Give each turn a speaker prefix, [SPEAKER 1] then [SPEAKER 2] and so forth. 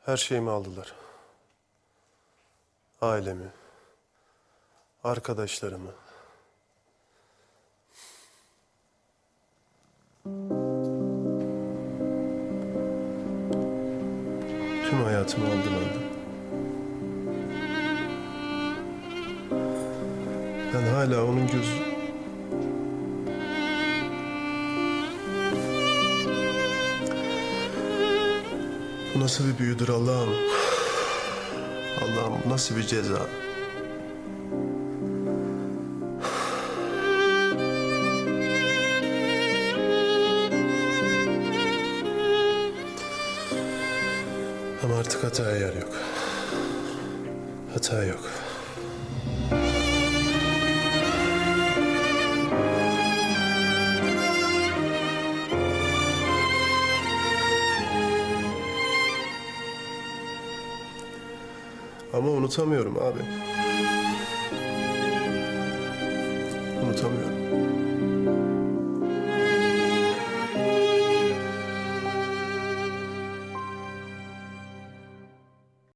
[SPEAKER 1] Her şeyimi aldılar. Ailemi, arkadaşlarımı. Tüm hayatımı aldılar. Ben hala onun gözü... Bu nasıl bir büyüdür Allah'ım? Allah'ım bu nasıl bir ceza? Ama artık hataya yer yok. Hata yok. Ama unutamıyorum abi. Unutamıyorum.